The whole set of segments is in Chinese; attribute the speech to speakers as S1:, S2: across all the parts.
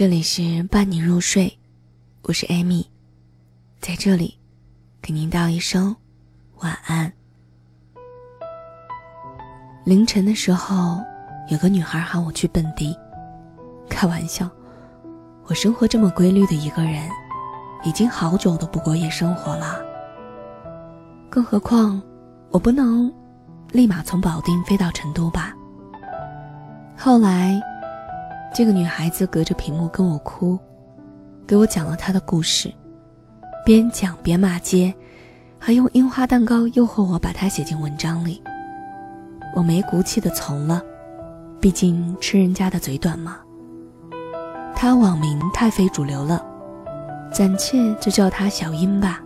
S1: 这里是伴你入睡，我是 Amy， 在这里给您道一声晚安。凌晨的时候，有个女孩喊我去蹦迪。开玩笑，我生活这么规律的一个人，已经好久都不过夜生活了。更何况，我不能立马从保定飞到成都吧。后来，这个女孩子隔着屏幕跟我哭，给我讲了她的故事，边讲边骂街，还用樱花蛋糕诱惑我把她写进文章里。我没骨气地从了，毕竟吃人家的嘴短嘛。她网名太非主流了，暂且就叫她小英吧。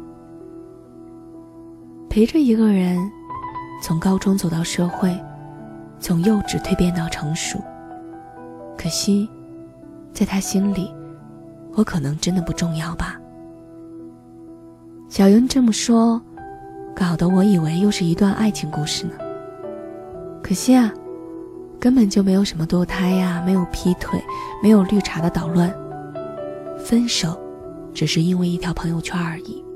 S1: 陪着一个人从高中走到社会，从幼稚蜕变到成熟，可惜在他心里，我可能真的不重要吧。小英这么说，搞得我以为又是一段爱情故事呢。可惜啊，根本就没有什么堕胎呀，没有劈腿，没有绿茶的捣乱，分手只是因为一条朋友圈而已。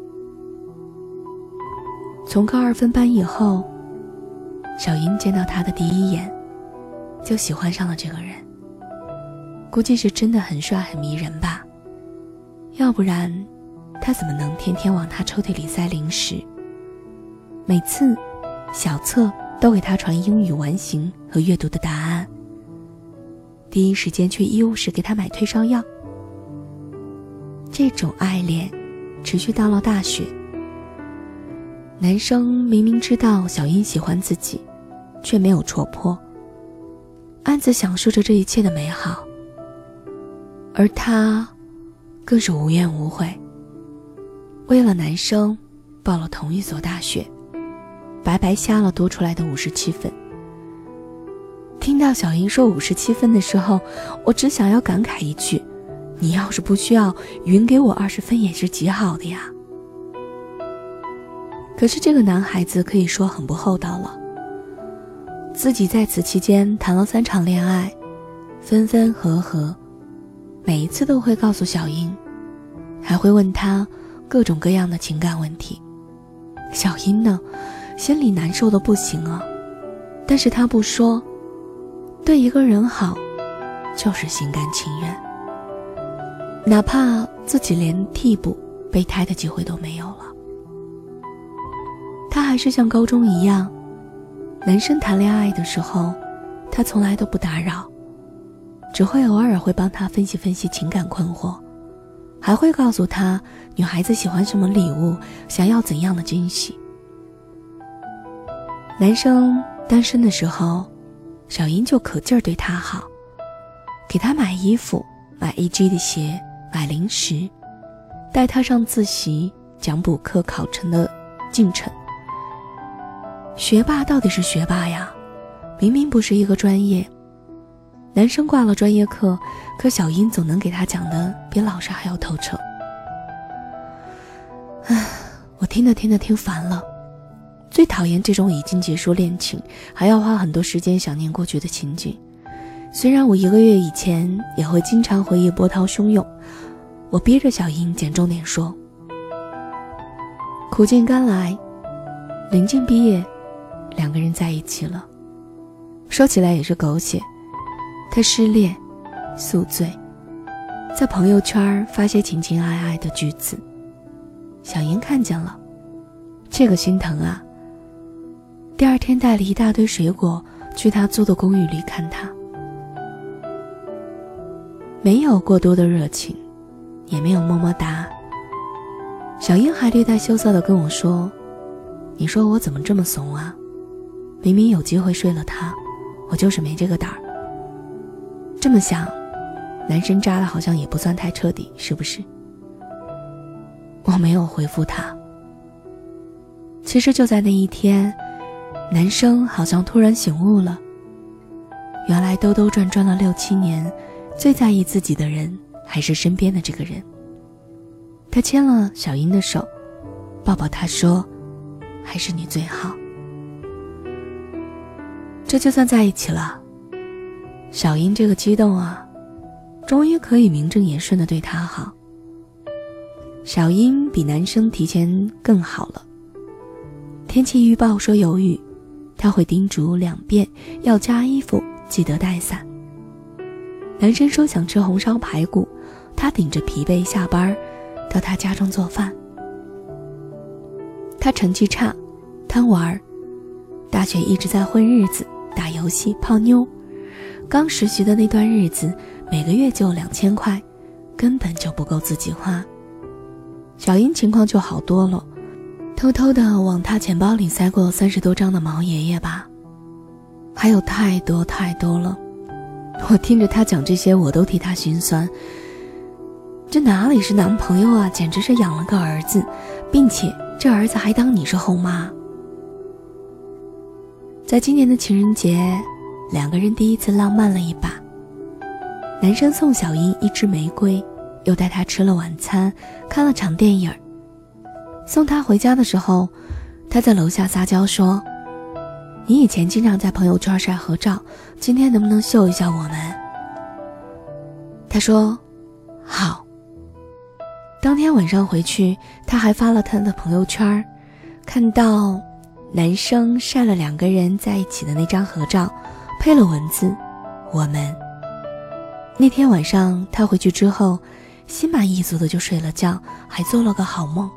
S1: 从高二分班以后，小英见到他的第一眼就喜欢上了这个人，估计是真的很帅很迷人吧，要不然他怎么能天天往他抽屉里塞零食。每次小册都给他传英语完形和阅读的答案，第一时间去医务室给他买退烧药。这种爱恋持续到了大学，男生明明知道小英喜欢自己，却没有戳破，暗自享受着这一切的美好，而他更是无怨无悔，为了男生报了同一所大学，白白瞎了多出来的57分。听到小英说57分的时候，我只想要感慨一句，你要是不需要，匀给我20分也是极好的呀。可是这个男孩子可以说很不厚道了，自己在此期间谈了3场恋爱，分分合合，每一次都会告诉小英，还会问她各种各样的情感问题。小英呢，心里难受的不行啊，但是她不说，对一个人好就是心甘情愿，哪怕自己连替补备胎的机会都没有了。他还是像高中一样，男生谈恋爱的时候，他从来都不打扰，只会偶尔会帮他分析分析情感困惑，还会告诉他女孩子喜欢什么礼物，想要怎样的惊喜。男生单身的时候，小英就可劲儿对他好，给他买衣服，买1G的鞋，买零食，带他上自习，讲补课考成的进程。学霸到底是学霸呀，明明不是一个专业，男生挂了专业课，可小英总能给他讲的比老师还要透彻。我听烦了，最讨厌这种已经结束恋情还要花很多时间想念过去的情景。虽然我1个月以前也会经常回忆波涛汹涌，我逼着小英捡重点说。苦尽甘来，临近毕业，2个人在一起了。说起来也是狗血，他失恋宿醉，在朋友圈发些情情爱爱的句子，小英看见了，这个心疼啊。第2天带了一大堆水果去他租的公寓里看他，没有过多的热情，也没有么么哒。小英还略带羞涩地跟我说，你说我怎么这么怂啊，明明有机会睡了他，我就是没这个胆儿。这么想，男生渣的好像也不算太彻底，是不是？我没有回复他。其实就在那一天，男生好像突然醒悟了，原来兜兜转转了6、7年，最在意自己的人还是身边的这个人。他牵了小英的手，抱抱她说，还是你最好。这就算在一起了。小英这个激动啊， 终于可以名正言顺地对他好。小英比男生提前更好了，天气预报说有雨，他会叮嘱2遍要加衣服，记得带伞。男生说想吃红烧排骨，他顶着疲惫下班到他家中做饭。他成绩差，贪玩，大学一直在混日子，打游戏泡妞。刚实习的那段日子，每个月就2000块，根本就不够自己花。小英情况就好多了，偷偷的往他钱包里塞过30多张的毛爷爷吧，还有太多太多了。我听着他讲这些，我都替他心酸。这哪里是男朋友啊，简直是养了个儿子，并且这儿子还当你是后妈。在今年的情人节，2个人第一次浪漫了一把。男生送小英1支玫瑰，又带她吃了晚餐，看了场电影。送她回家的时候，他在楼下撒娇说，你以前经常在朋友圈晒合照，今天能不能秀一下我们？他说好。当天晚上回去，他还发了他的朋友圈，看到男生晒了2个人在一起的那张合照，配了文字我们。那天晚上他回去之后，心满意足的就睡了觉，还做了个好梦。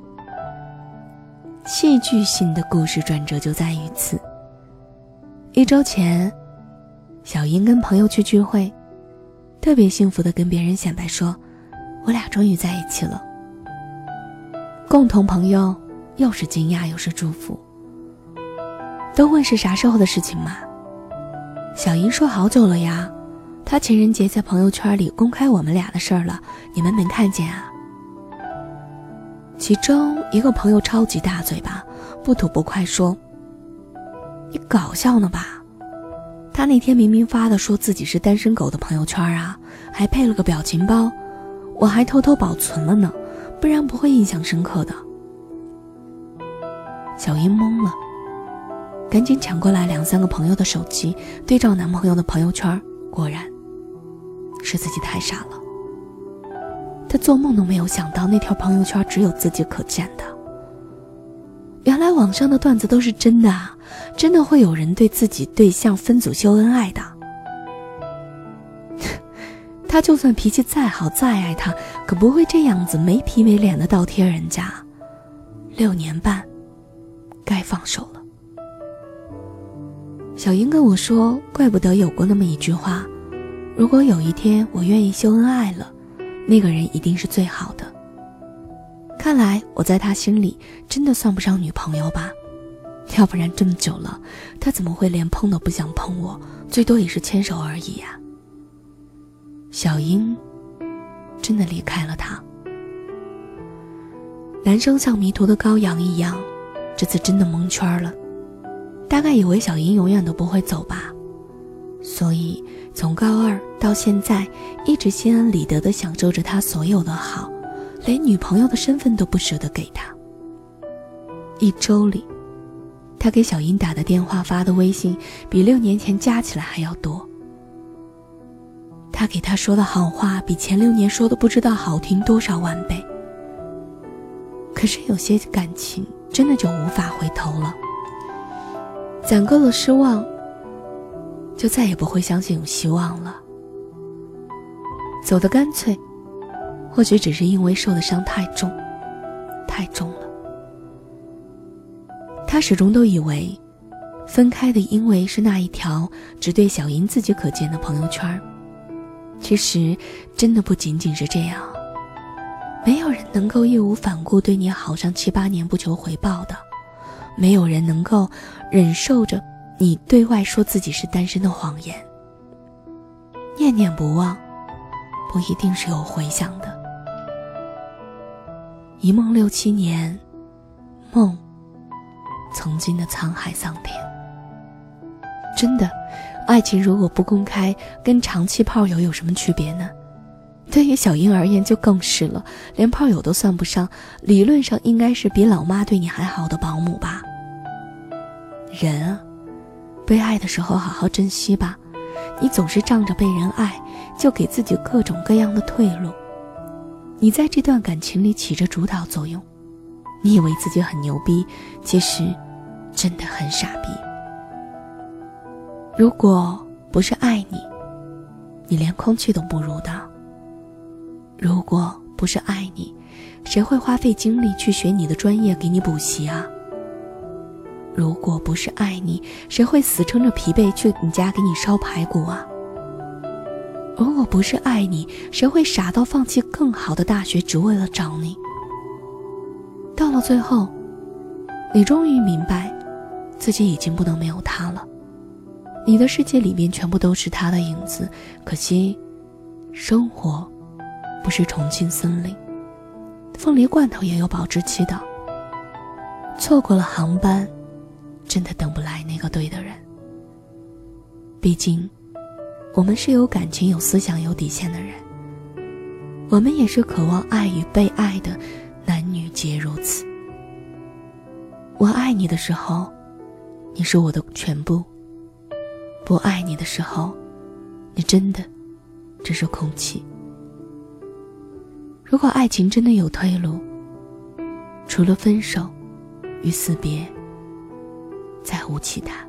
S1: 戏剧性的故事转折就在于此。1周前，小英跟朋友去聚会，特别幸福的跟别人显摆说，我俩终于在一起了。共同朋友又是惊讶又是祝福，都问是啥时候的事情嘛。小英说好久了呀，她情人节在朋友圈里公开我们俩的事儿了，你们没看见啊？其中一个朋友超级大嘴巴，不吐不快说，你搞笑呢吧？他那天明明发的说自己是单身狗的朋友圈啊，还配了个表情包，我还偷偷保存了呢，不然不会印象深刻的。小英懵了，赶紧抢过来2、3个朋友的手机，对照男朋友的朋友圈，果然是自己太傻了。她做梦都没有想到那条朋友圈只有自己可见的。原来网上的段子都是真的啊，真的会有人对自己对象分组秀恩爱的。他就算脾气再好再爱他，可不会这样子没皮没脸的倒贴人家。6年半该放手了。小英跟我说，怪不得有过那么一句话，如果有一天我愿意秀恩爱了，那个人一定是最好的。看来我在他心里真的算不上女朋友吧，要不然这么久了，他怎么会连碰都不想碰我，最多也是牵手而已呀。小英真的离开了他。男生像迷途的羔羊一样，这次真的蒙圈了，大概以为小英永远都不会走吧，所以从高2到现在，一直心安理得地享受着他所有的好，连女朋友的身份都不舍得给他。1周里，他给小英打的电话发的微信比6年前加起来还要多。他给他说的好话比前6年说的不知道好听多少万倍。可是有些感情真的就无法回头了，攒够了失望，就再也不会相信有希望了。走得干脆，或许只是因为受的伤太重，太重了。他始终都以为，分开的因为是那一条只对小英自己可见的朋友圈。其实真的不仅仅是这样，没有人能够义无反顾对你好上7、8年不求回报的，没有人能够忍受着你对外说自己是单身的谎言。念念不忘，不一定是有回响的。一梦6、7年，梦曾经的沧海桑田。真的，爱情如果不公开，跟长期炮友有什么区别呢？对于小英而言就更是了，连炮友都算不上，理论上应该是比老妈对你还好的保姆吧。人啊，被爱的时候好好珍惜吧，你总是仗着被人爱， 就给自己各种各样的退路。你在这段感情里起着主导作用，你以为自己很牛逼，其实真的很傻逼。如果不是爱你，你连空气都不如的。如果不是爱你，谁会花费精力去学你的专业给你补习啊？如果不是爱你，谁会死撑着疲惫去你家给你烧排骨啊？如果不是爱你，谁会傻到放弃更好的大学只为了找你？到了最后，你终于明白自己已经不能没有他了。你的世界里面全部都是他的影子，可惜生活不是重庆森林，凤梨罐头也有保质期的。错过了航班，真的等不来那个对的人。毕竟我们是有感情、有思想、有底线的人，我们也是渴望爱与被爱的，男女皆如此。我爱你的时候，你是我的全部；不爱你的时候，你真的只是空气。如果爱情真的有退路，除了分手与死别，再无其他。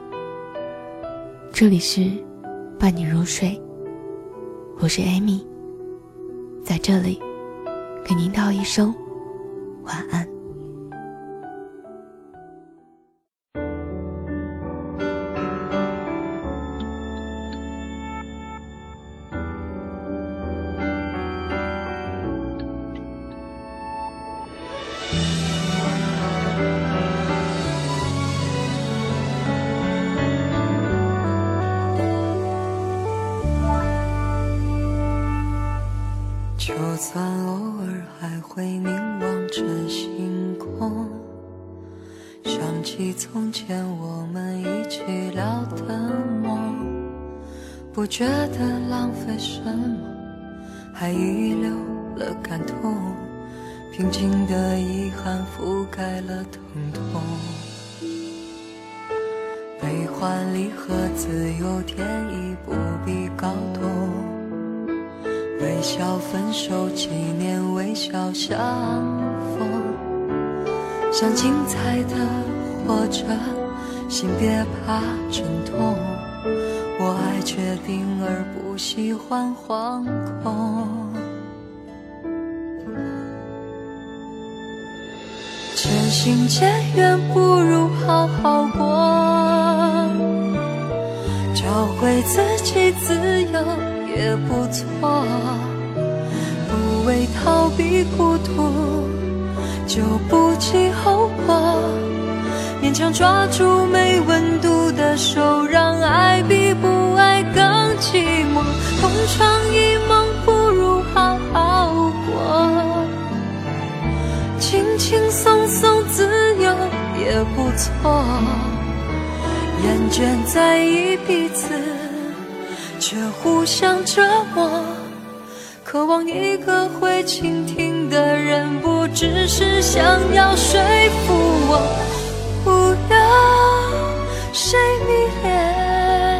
S1: 这里是伴你入睡，我是 Amy， 在这里给您道一声晚安。
S2: 就算偶尔还会凝望着星空，想起从前我们一起聊的梦，不觉得浪费什么，还遗留了感动，平静的遗憾覆盖了疼痛，悲欢离合自有天意，不必搞懂，微笑分手纪念，微笑相逢，想精彩的活着，心别怕阵痛，我爱确定而不喜欢惶恐，渐行渐远不如好好过，教会自己自由也不错，不为逃避孤独就不计后果，勉强抓住没温度的手，让爱比不爱更寂寞，同床异梦不如好好过，轻轻松松自由也不错，厌倦在意彼此却互相折磨，渴望一个会倾听的人，不只是想要说服我，不要谁迷恋，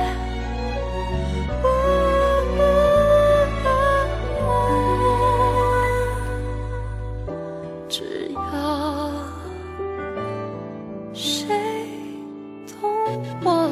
S2: 只要谁懂我。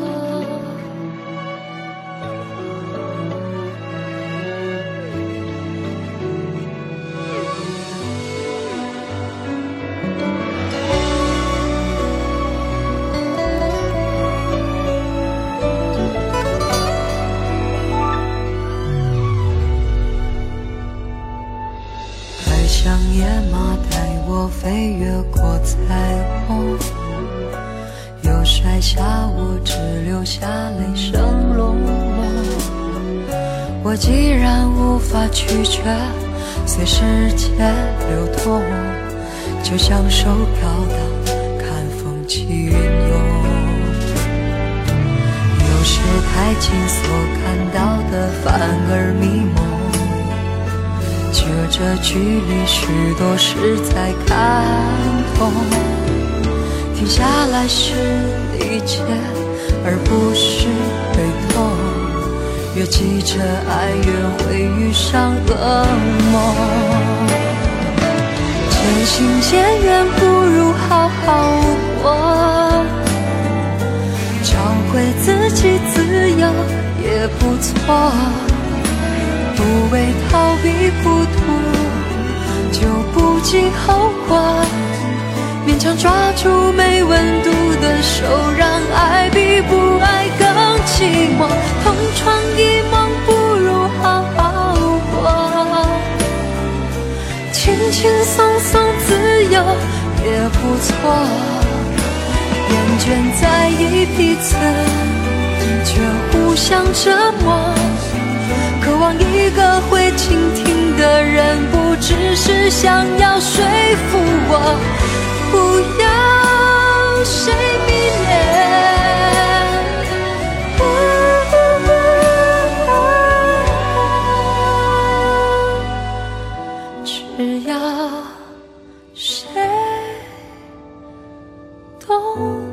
S2: 像野马带我飞越过彩虹，又摔下我，只留下泪声隆隆，我既然无法拒绝，随时间流动，就像手飘荡，看风起云涌，有时太近所看到的反而迷蒙，隔着距离，许多事在看透，停下来是理解，而不是被动， 越急着爱越会遇上噩梦，渐行渐远不如好好活，找回自己自由也不错，不为逃避孤独就不计后果，勉强抓住没温度的手，让爱比不爱更寂寞，同床异梦不如好好活，轻轻松松自由也不错，厌倦在意彼此却互相折磨，渴望一个会倾听的人，不只是想要说服我不要谁迷恋，只要谁懂。